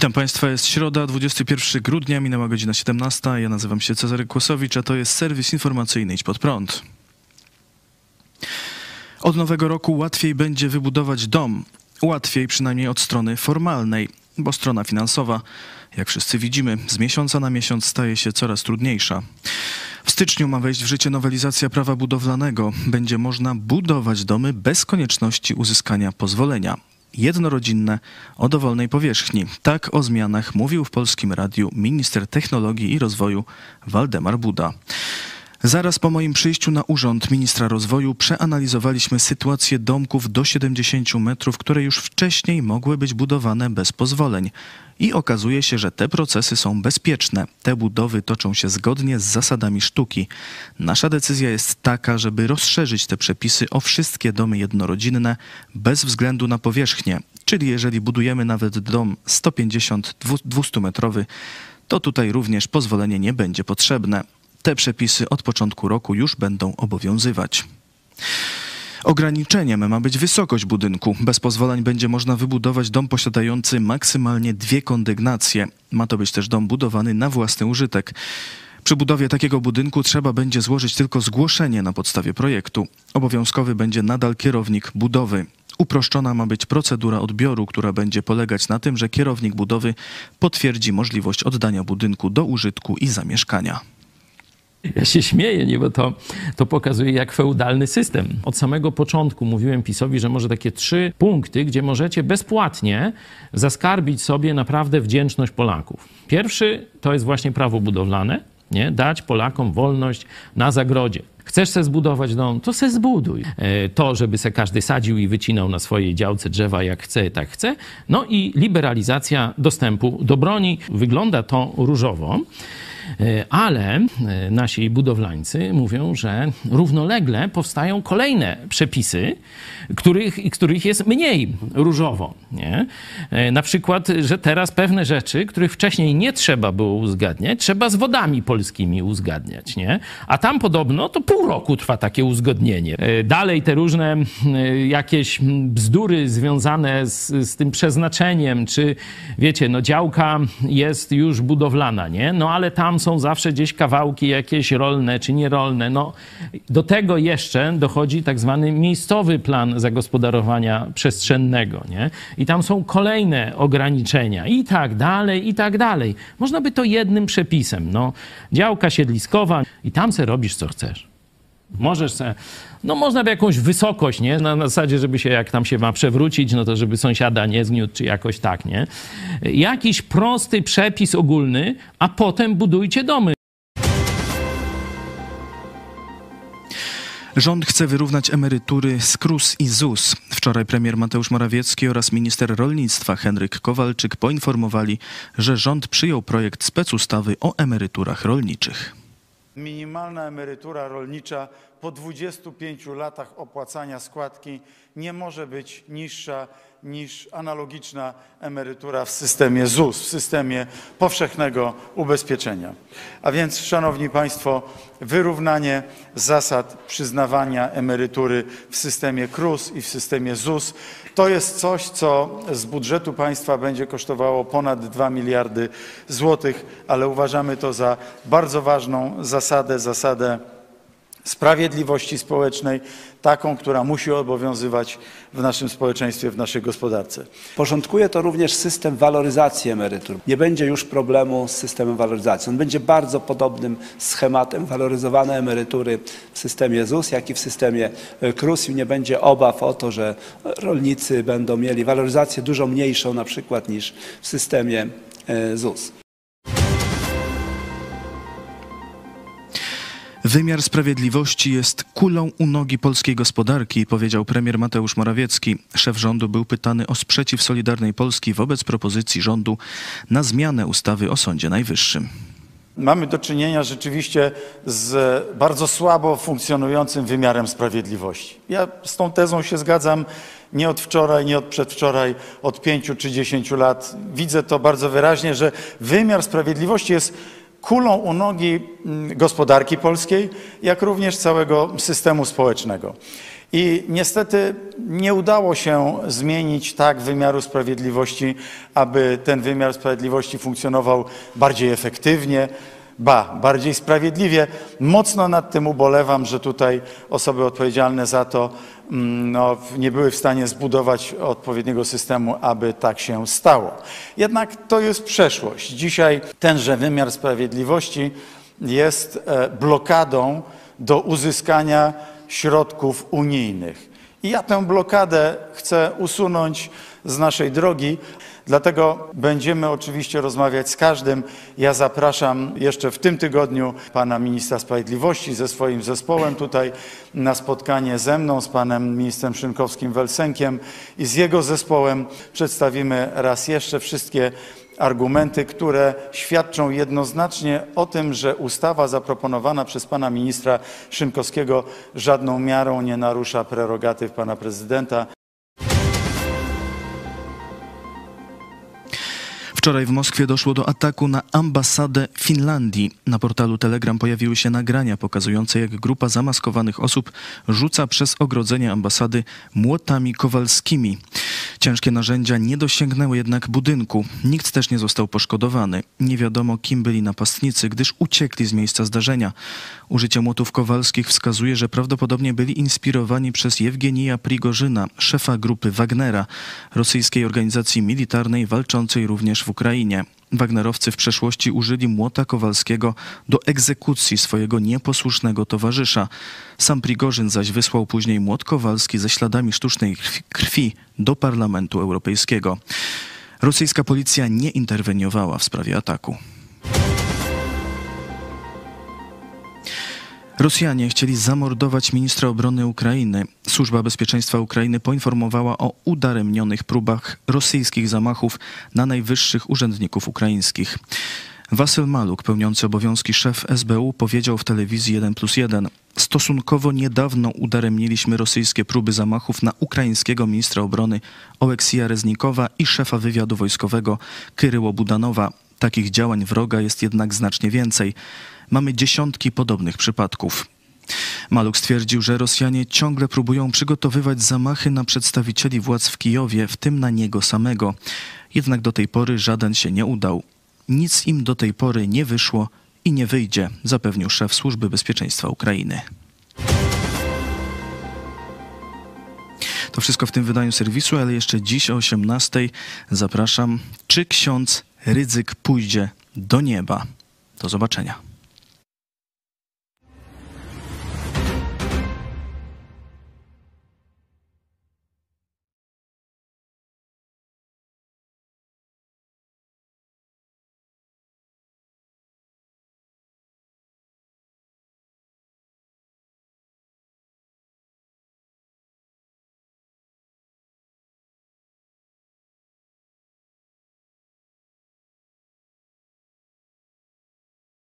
Witam Państwa, jest środa, 21 grudnia, minęła godzina 17. Ja nazywam się Cezary Kłosowicz, a to jest serwis informacyjny Idź Pod Prąd. Od nowego roku łatwiej będzie wybudować dom. Łatwiej przynajmniej od strony formalnej, bo strona finansowa, jak wszyscy widzimy, z miesiąca na miesiąc staje się coraz trudniejsza. W styczniu ma wejść w życie nowelizacja prawa budowlanego. Będzie można budować domy bez konieczności uzyskania pozwolenia. Jednorodzinne o dowolnej powierzchni. Tak o zmianach mówił w Polskim Radiu minister technologii i rozwoju Waldemar Buda. Zaraz po moim przyjściu na urząd ministra rozwoju przeanalizowaliśmy sytuację domków do 70 metrów, które już wcześniej mogły być budowane bez pozwoleń. I okazuje się, że te procesy są bezpieczne. Te budowy toczą się zgodnie z zasadami sztuki. Nasza decyzja jest taka, żeby rozszerzyć te przepisy o wszystkie domy jednorodzinne bez względu na powierzchnię. Czyli jeżeli budujemy nawet dom 150-200 metrowy, to tutaj również pozwolenie nie będzie potrzebne. Te przepisy od początku roku już będą obowiązywać. Ograniczeniem ma być wysokość budynku. Bez pozwoleń będzie można wybudować dom posiadający maksymalnie 2 kondygnacje. Ma to być też dom budowany na własny użytek. Przy budowie takiego budynku trzeba będzie złożyć tylko zgłoszenie na podstawie projektu. Obowiązkowy będzie nadal kierownik budowy. Uproszczona ma być procedura odbioru, która będzie polegać na tym, że kierownik budowy potwierdzi możliwość oddania budynku do użytku i zamieszkania. Ja się śmieję, nie, bo to pokazuje, jak feudalny system. Od samego początku mówiłem PiS-owi, że może takie 3 punkty, gdzie możecie bezpłatnie zaskarbić sobie naprawdę wdzięczność Polaków. Pierwszy to jest właśnie prawo budowlane, nie? Dać Polakom wolność na zagrodzie. Chcesz se zbudować dom, to se zbuduj. To, żeby se każdy sadził i wycinał na swojej działce drzewa jak chce, tak chce. No i liberalizacja dostępu do broni. Wygląda to różowo. Ale nasi budowlańcy mówią, że równolegle powstają kolejne przepisy, których jest mniej różowo. Nie? Na przykład, że teraz pewne rzeczy, których wcześniej nie trzeba było uzgadniać, trzeba z wodami polskimi uzgadniać. Nie? A tam podobno to pół roku trwa takie uzgodnienie. Dalej te różne jakieś bzdury związane z tym przeznaczeniem, czy wiecie, no działka jest już budowlana, nie? No ale tam są zawsze gdzieś kawałki jakieś rolne czy nierolne. No, do tego jeszcze dochodzi tak zwany miejscowy plan zagospodarowania przestrzennego, nie? I tam są kolejne ograniczenia i tak dalej, i tak dalej. Można by to jednym przepisem, no. Działka siedliskowa i tam se robisz co chcesz. Możesz se, no można by jakąś wysokość, nie? Na zasadzie, żeby się, jak tam się ma przewrócić, no to żeby sąsiada nie zgniótł, czy jakoś tak, nie? Jakiś prosty przepis ogólny, a potem budujcie domy. Rząd chce wyrównać emerytury z KRUS i ZUS. Wczoraj premier Mateusz Morawiecki oraz minister rolnictwa Henryk Kowalczyk poinformowali, że rząd przyjął projekt specustawy o emeryturach rolniczych. Minimalna emerytura rolnicza po 25 latach opłacania składki nie może być niższa niż analogiczna emerytura w systemie ZUS, w systemie powszechnego ubezpieczenia. A więc, szanowni państwo, wyrównanie zasad przyznawania emerytury w systemie KRUS i w systemie ZUS to jest coś, co z budżetu państwa będzie kosztowało ponad 2 miliardy złotych, ale uważamy to za bardzo ważną zasadę sprawiedliwości społecznej, taką, która musi obowiązywać w naszym społeczeństwie, w naszej gospodarce. Porządkuje to również system waloryzacji emerytur. Nie będzie już problemu z systemem waloryzacji. On będzie bardzo podobnym schematem. Waloryzowane emerytury w systemie ZUS, jak i w systemie KRUS. I nie będzie obaw o to, że rolnicy będą mieli waloryzację dużo mniejszą na przykład niż w systemie ZUS. Wymiar sprawiedliwości jest kulą u nogi polskiej gospodarki, powiedział premier Mateusz Morawiecki. Szef rządu był pytany o sprzeciw Solidarnej Polski wobec propozycji rządu na zmianę ustawy o Sądzie Najwyższym. Mamy do czynienia rzeczywiście z bardzo słabo funkcjonującym wymiarem sprawiedliwości. Ja z tą tezą się zgadzam nie od wczoraj, nie od przedwczoraj, od 5 czy 10 lat. Widzę to bardzo wyraźnie, że wymiar sprawiedliwości jest kulą u nogi gospodarki polskiej, jak również całego systemu społecznego. I niestety nie udało się zmienić tak wymiaru sprawiedliwości, aby ten wymiar sprawiedliwości funkcjonował bardziej efektywnie, bardziej sprawiedliwie. Mocno nad tym ubolewam, że tutaj osoby odpowiedzialne za to nie były w stanie zbudować odpowiedniego systemu, aby tak się stało. Jednak to jest przeszłość. Dzisiaj tenże wymiar sprawiedliwości jest blokadą do uzyskania środków unijnych. I ja tę blokadę chcę usunąć z naszej drogi. Dlatego będziemy oczywiście rozmawiać z każdym. Ja zapraszam jeszcze w tym tygodniu pana ministra sprawiedliwości ze swoim zespołem tutaj na spotkanie ze mną, z panem ministrem Szynkowskim-Welsenkiem i z jego zespołem. Przedstawimy raz jeszcze wszystkie argumenty, które świadczą jednoznacznie o tym, że ustawa zaproponowana przez pana ministra Szynkowskiego żadną miarą nie narusza prerogatyw pana prezydenta. Wczoraj w Moskwie doszło do ataku na ambasadę Finlandii. Na portalu Telegram pojawiły się nagrania pokazujące, jak grupa zamaskowanych osób rzuca przez ogrodzenie ambasady młotami kowalskimi. Ciężkie narzędzia nie dosięgnęły jednak budynku. Nikt też nie został poszkodowany. Nie wiadomo, kim byli napastnicy, gdyż uciekli z miejsca zdarzenia. Użycie młotów kowalskich wskazuje, że prawdopodobnie byli inspirowani przez Jewgenija Prigorzyna, szefa grupy Wagnera, rosyjskiej organizacji militarnej walczącej również w Ukrainie. Wagnerowcy w przeszłości użyli młota Kowalskiego do egzekucji swojego nieposłusznego towarzysza. Sam Prigorzyn zaś wysłał później młot Kowalski ze śladami sztucznej krwi do Parlamentu Europejskiego. Rosyjska policja nie interweniowała w sprawie ataku. Rosjanie chcieli zamordować ministra obrony Ukrainy. Służba Bezpieczeństwa Ukrainy poinformowała o udaremnionych próbach rosyjskich zamachów na najwyższych urzędników ukraińskich. Wasyl Maluk, pełniący obowiązki szef SBU, powiedział w telewizji 1+1: stosunkowo niedawno udaremniliśmy rosyjskie próby zamachów na ukraińskiego ministra obrony Oleksija Reznikowa i szefa wywiadu wojskowego Kyryło Budanowa. Takich działań wroga jest jednak znacznie więcej. Mamy dziesiątki podobnych przypadków. Maluk stwierdził, że Rosjanie ciągle próbują przygotowywać zamachy na przedstawicieli władz w Kijowie, w tym na niego samego. Jednak do tej pory żaden się nie udał. Nic im do tej pory nie wyszło i nie wyjdzie, zapewnił szef Służby Bezpieczeństwa Ukrainy. To wszystko w tym wydaniu serwisu, ale jeszcze dziś o 18:00 zapraszam. Czy ksiądz Rydzyk pójdzie do nieba? Do zobaczenia.